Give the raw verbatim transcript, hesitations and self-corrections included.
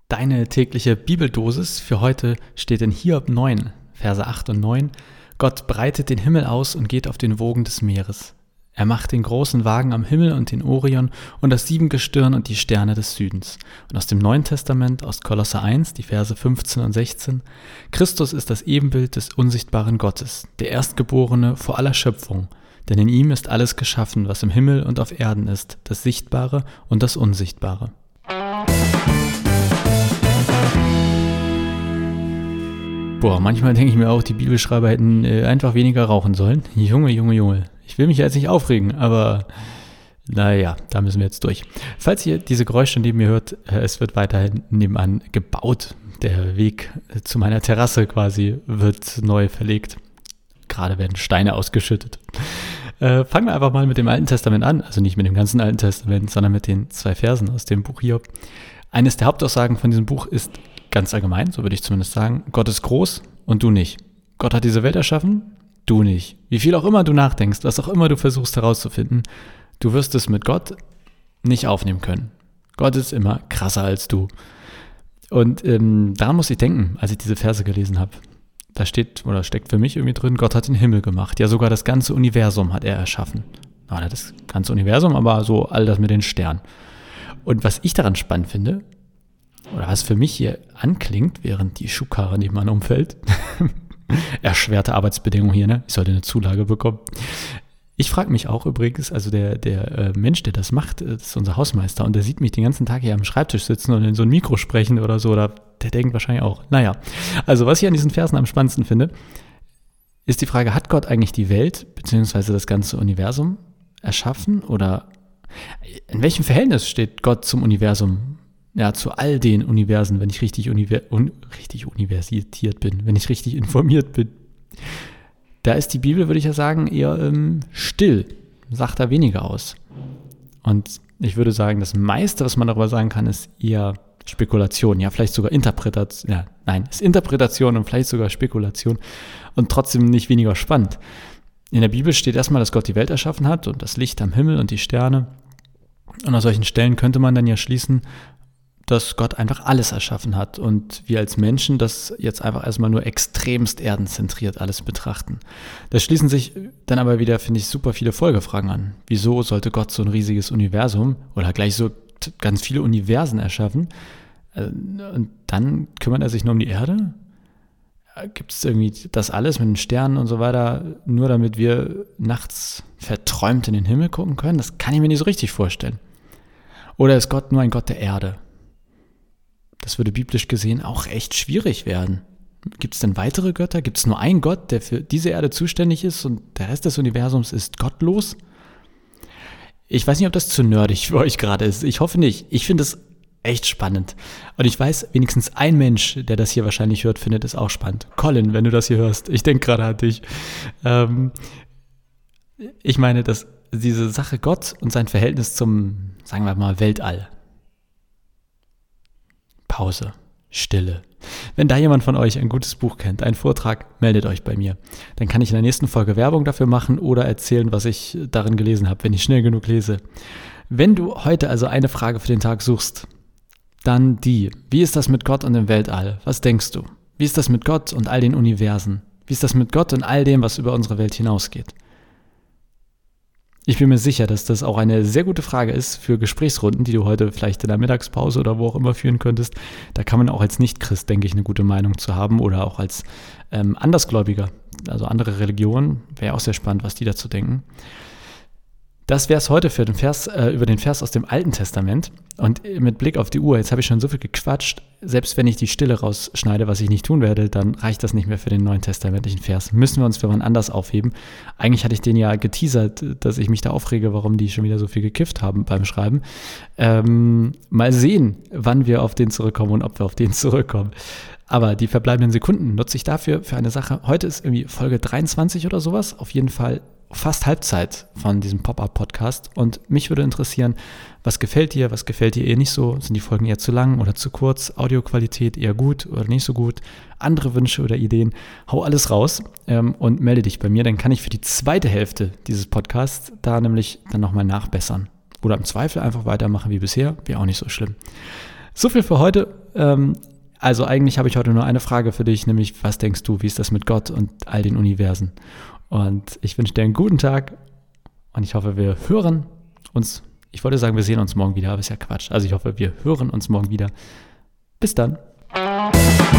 Deine tägliche Bibeldosis für heute steht in Hiob neun, Verse acht und neun. Gott breitet den Himmel aus und geht auf den Wogen des Meeres. Er macht den großen Wagen am Himmel und den Orion und das Siebengestirn und die Sterne des Südens. Und aus dem Neuen Testament, aus Kolosser eins, die Verse fünfzehn und sechzehn. Christus ist das Ebenbild des unsichtbaren Gottes, der Erstgeborene vor aller Schöpfung. Denn in ihm ist alles geschaffen, was im Himmel und auf Erden ist, das Sichtbare und das Unsichtbare. Boah, manchmal denke ich mir auch, die Bibelschreiber hätten äh, einfach weniger rauchen sollen. Junge, Junge, Junge. Ich will mich jetzt nicht aufregen, aber naja, da müssen wir jetzt durch. Falls ihr diese Geräusche neben mir hört, äh, es wird weiterhin nebenan gebaut. Der Weg äh, zu meiner Terrasse quasi wird neu verlegt. Gerade werden Steine ausgeschüttet. Äh, fangen wir einfach mal mit dem Alten Testament an. Also nicht mit dem ganzen Alten Testament, sondern mit den zwei Versen aus dem Buch Hiob. Eines der Hauptaussagen von diesem Buch ist ganz allgemein, so würde ich zumindest sagen, Gott ist groß und du nicht. Gott hat diese Welt erschaffen, du nicht. Wie viel auch immer du nachdenkst, was auch immer du versuchst herauszufinden, du wirst es mit Gott nicht aufnehmen können. Gott ist immer krasser als du. Und ähm, daran muss ich denken, als ich diese Verse gelesen habe. Da steht oder steckt für mich irgendwie drin, Gott hat den Himmel gemacht. Ja, sogar das ganze Universum hat er erschaffen. Oder das ganze Universum, aber so all das mit den Sternen. Und was ich daran spannend finde, oder was für mich hier anklingt, während die Schubkarre nebenan umfällt, erschwerte Arbeitsbedingungen hier, ne? Ich sollte eine Zulage bekommen. Ich frage mich auch übrigens, also der, der äh, Mensch, der das macht, das ist unser Hausmeister und der sieht mich den ganzen Tag hier am Schreibtisch sitzen und in so ein Mikro sprechen oder so, oder der denkt wahrscheinlich auch, naja. Also was ich an diesen Versen am spannendsten finde, ist die Frage, hat Gott eigentlich die Welt bzw. das ganze Universum erschaffen oder in welchem Verhältnis steht Gott zum Universum? Ja, zu all den Universen, wenn ich richtig, univer- un- richtig universitiert bin, wenn ich richtig informiert bin. Da ist die Bibel, würde ich ja sagen, eher ähm, still, sagt da weniger aus. Und ich würde sagen, das meiste, was man darüber sagen kann, ist eher Spekulation, ja, vielleicht sogar Interpretation, ja, nein, ist Interpretation und vielleicht sogar Spekulation und trotzdem nicht weniger spannend. In der Bibel steht erstmal, dass Gott die Welt erschaffen hat und das Licht am Himmel und die Sterne. Und aus solchen Stellen könnte man dann ja schließen, dass Gott einfach alles erschaffen hat und wir als Menschen das jetzt einfach erstmal nur extremst erdenzentriert alles betrachten. Da schließen sich dann aber wieder, finde ich, super viele Folgefragen an. Wieso sollte Gott so ein riesiges Universum oder gleich so ganz viele Universen erschaffen? Und dann kümmert er sich nur um die Erde? Gibt es irgendwie das alles mit den Sternen und so weiter, nur damit wir nachts verträumt in den Himmel gucken können? Das kann ich mir nicht so richtig vorstellen. Oder ist Gott nur ein Gott der Erde? Das würde biblisch gesehen auch echt schwierig werden. Gibt es denn weitere Götter? Gibt es nur einen Gott, der für diese Erde zuständig ist und der Rest des Universums ist gottlos? Ich weiß nicht, ob das zu nerdig für euch gerade ist. Ich hoffe nicht. Ich finde es echt spannend. Und ich weiß, wenigstens ein Mensch, der das hier wahrscheinlich hört, findet es auch spannend. Colin, wenn du das hier hörst, ich denke gerade an dich. Ähm, ich meine, dass diese Sache Gott und sein Verhältnis zum, sagen wir mal, Weltall. Pause, Stille. Wenn da jemand von euch ein gutes Buch kennt, einen Vortrag, meldet euch bei mir. Dann kann ich in der nächsten Folge Werbung dafür machen oder erzählen, was ich darin gelesen habe, wenn ich schnell genug lese. Wenn du heute also eine Frage für den Tag suchst, dann die. Wie ist das mit Gott und dem Weltall? Was denkst du? Wie ist das mit Gott und all den Universen? Wie ist das mit Gott und all dem, was über unsere Welt hinausgeht? Ich bin mir sicher, dass das auch eine sehr gute Frage ist für Gesprächsrunden, die du heute vielleicht in der Mittagspause oder wo auch immer führen könntest. Da kann man auch als Nicht-Christ, denke ich, eine gute Meinung zu haben oder auch als ähm, Andersgläubiger, also andere Religionen. Wäre auch sehr spannend, was die dazu denken. Das wäre es heute für den Vers, äh, über den Vers aus dem Alten Testament. Und mit Blick auf die Uhr, jetzt habe ich schon so viel gequatscht, selbst wenn ich die Stille rausschneide, was ich nicht tun werde, dann reicht das nicht mehr für den neuen testamentlichen Vers. Müssen wir uns für wann anders aufheben. Eigentlich hatte ich den ja geteasert, dass ich mich da aufrege, warum die schon wieder so viel gekifft haben beim Schreiben. Ähm, mal sehen, wann wir auf den zurückkommen und ob wir auf den zurückkommen. Aber die verbleibenden Sekunden nutze ich dafür für eine Sache. Heute ist irgendwie Folge dreiundzwanzig oder sowas. Auf jeden Fall fast Halbzeit von diesem Pop-Up-Podcast und mich würde interessieren, was gefällt dir, was gefällt dir eher nicht so? Sind die Folgen eher zu lang oder zu kurz? Audioqualität eher gut oder nicht so gut? Andere Wünsche oder Ideen? Hau alles raus ähm, und melde dich bei mir, dann kann ich für die zweite Hälfte dieses Podcasts da nämlich dann nochmal nachbessern. Oder im Zweifel einfach weitermachen wie bisher, wäre auch nicht so schlimm. So viel für heute. Ähm, also eigentlich habe ich heute nur eine Frage für dich, nämlich was denkst du, wie ist das mit Gott und all den Universen? Und ich wünsche dir einen guten Tag und ich hoffe, wir hören uns. Ich wollte sagen, wir sehen uns morgen wieder, aber ist ja Quatsch. Also ich hoffe, wir hören uns morgen wieder. Bis dann.